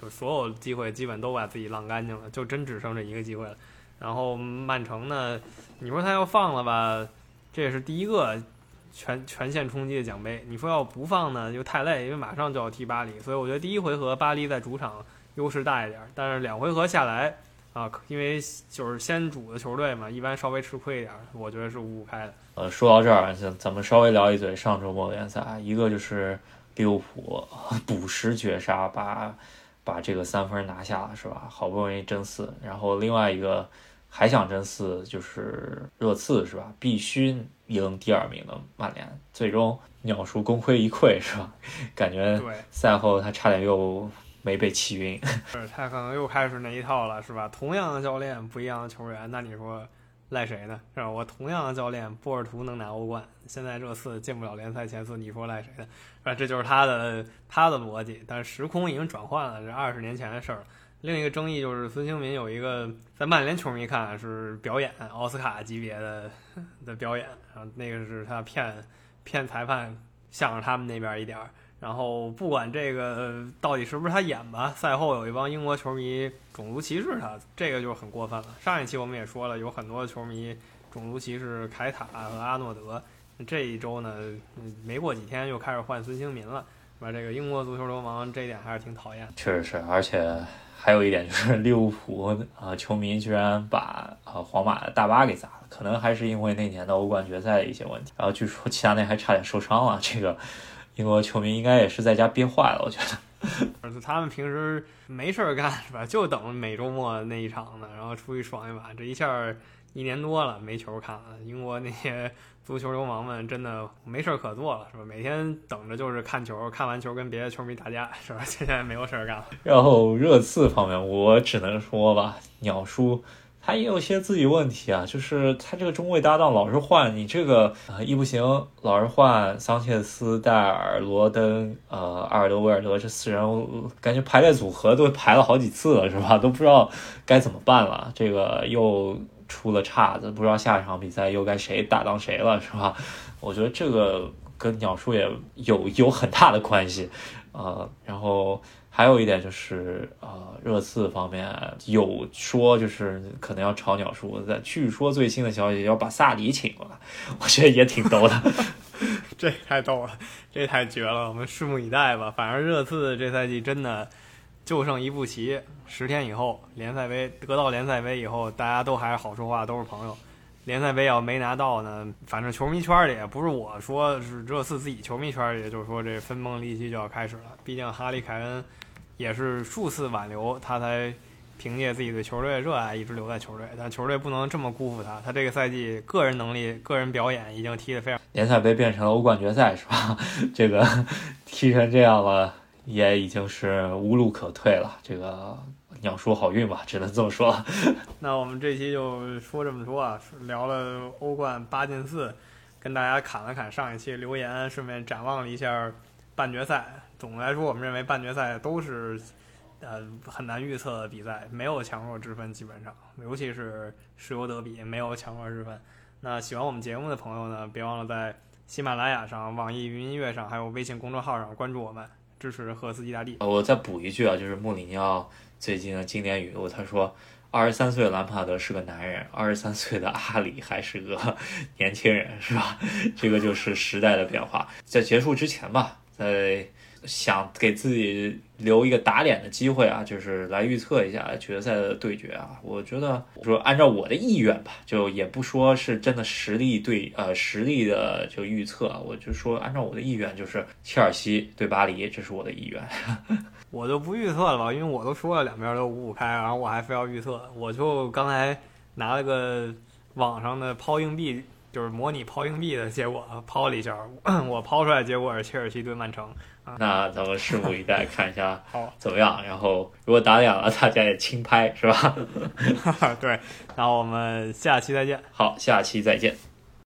就所有机会基本都把自己浪干净了，就真只剩这一个机会了。然后曼城呢，你说他要放了吧，这也是第一个全线冲击的奖杯。你说要不放呢，又太累，因为马上就要踢巴黎，所以我觉得第一回合巴黎在主场优势大一点，但是2回合下来啊，因为就是先主的球队嘛，一般稍微吃亏一点，我觉得是5-5开的。 说到这儿，咱们稍微聊一嘴上周末联赛，一个就是利物浦补时绝杀把这个3分拿下了，是吧？好不容易争4，然后另外一个还想争4，就是热刺，是吧？必须赢第2名的曼联，最终鸟叔功亏一篑，是吧？感觉赛后他差点又没被气晕。 是他可能又开始那一套了，是吧？同样的教练，不一样的球员，那你说赖谁呢？是吧？我同样的教练，波尔图能拿欧冠，现在热刺进不了联赛前4，你说赖谁呢？是吧？这就是他的逻辑。但是时空已经转换了，这20年前的事儿了。另一个争议就是孙兴民有一个在曼联球迷看是表演，奥斯卡级别的表演，然后那个是他骗裁判向着他们那边一点。然后不管这个到底是不是他演吧，赛后有一帮英国球迷种族歧视他，这个就很过分了。上一期我们也说了，有很多球迷种族歧视凯塔和阿诺德，这一周呢没过几天又开始换孙兴民了，是吧？这个英国足球流氓这一点还是挺讨厌的。 确实是，而且还有一点就是利物浦球迷居然把皇马的大巴给砸了，可能还是因为那年的欧冠决赛的一些问题，然后据说齐达内还差点受伤了，这个英国球迷应该也是在家憋坏了，我觉得。 他们平时没事干是吧？就等每周末那一场呢，然后出去爽一把。这一下1年多了没球看了，英国那些足球流氓们真的没事可做了，是吧？每天等着就是看球，看完球跟别的球迷打架，是吧？现在没有事干了。 然后热刺方面，我只能说吧，鸟叔他也有些自己问题啊，就是他这个中卫搭档老是换，你这个一不行老是换桑切斯、戴尔、罗登、阿尔德维尔德这4人，感觉排列组合都排了好几次了，是吧？都不知道该怎么办了，这个又出了岔子，不知道下一场比赛又该谁搭档谁了，是吧？我觉得这个跟鸟叔也有很大的关系，然后还有一点就是热刺方面有说就是可能要炒鸟叔，据说最新的消息要把萨里请过来，我觉得也挺逗的。 这太逗了，这太绝了，我们拭目以待吧。反正热刺这赛季真的就剩一步棋，10天以后联赛杯得到联赛杯以后，大家都还是好说话，都是朋友。联赛杯要没拿到呢，反正球迷圈里也不是我说，是热刺自己球迷圈里就是说这分崩离析就要开始了。毕竟哈利凯恩也是数次挽留，他才凭借自己对球队的热爱一直留在球队，但球队不能这么辜负他。他这个赛季个人能力、个人表演已经踢得非常。 联赛杯变成了欧冠决赛是吧？这个踢成这样了，也已经是无路可退了。这个鸟叔好运吧，只能这么说了。 那我们这期就说这么多啊，聊了欧冠8进4，跟大家砍了砍上一期留言，顺便展望了一下半决赛。总的来说，我们认为半决赛都是很难预测的比赛，没有强弱之分，基本上，尤其是石油德比没有强弱之分。那喜欢我们节目的朋友呢，别忘了在喜马拉雅上、网易云音乐上，还有微信公众号上关注我们，支持赫斯基大帝。 我再补一句啊，就是穆里尼奥最近的经典语录，他说23岁的兰帕德是个男人，23岁的阿里还是个年轻人，是吧？这个就是时代的变化。在结束之前吧，在想给自己留一个打脸的机会啊，就是来预测一下决赛的对决啊。我觉得说按照我的意愿吧，就也不说是真的实力的就预测，我就说按照我的意愿，就是切尔西对巴黎，这是我的意愿。 我就不预测了吧，因为我都说了两边都5-5开，然后我还非要预测，我就刚才拿了个网上的抛硬币，就是模拟抛硬币的结果，抛了一下，我抛出来的结果是切尔西对曼城。 那咱们拭目以待，看一下好怎么样。然后如果打脸了，大家也轻拍，是吧？ 对，然后我们下期再见。 好，下期再见。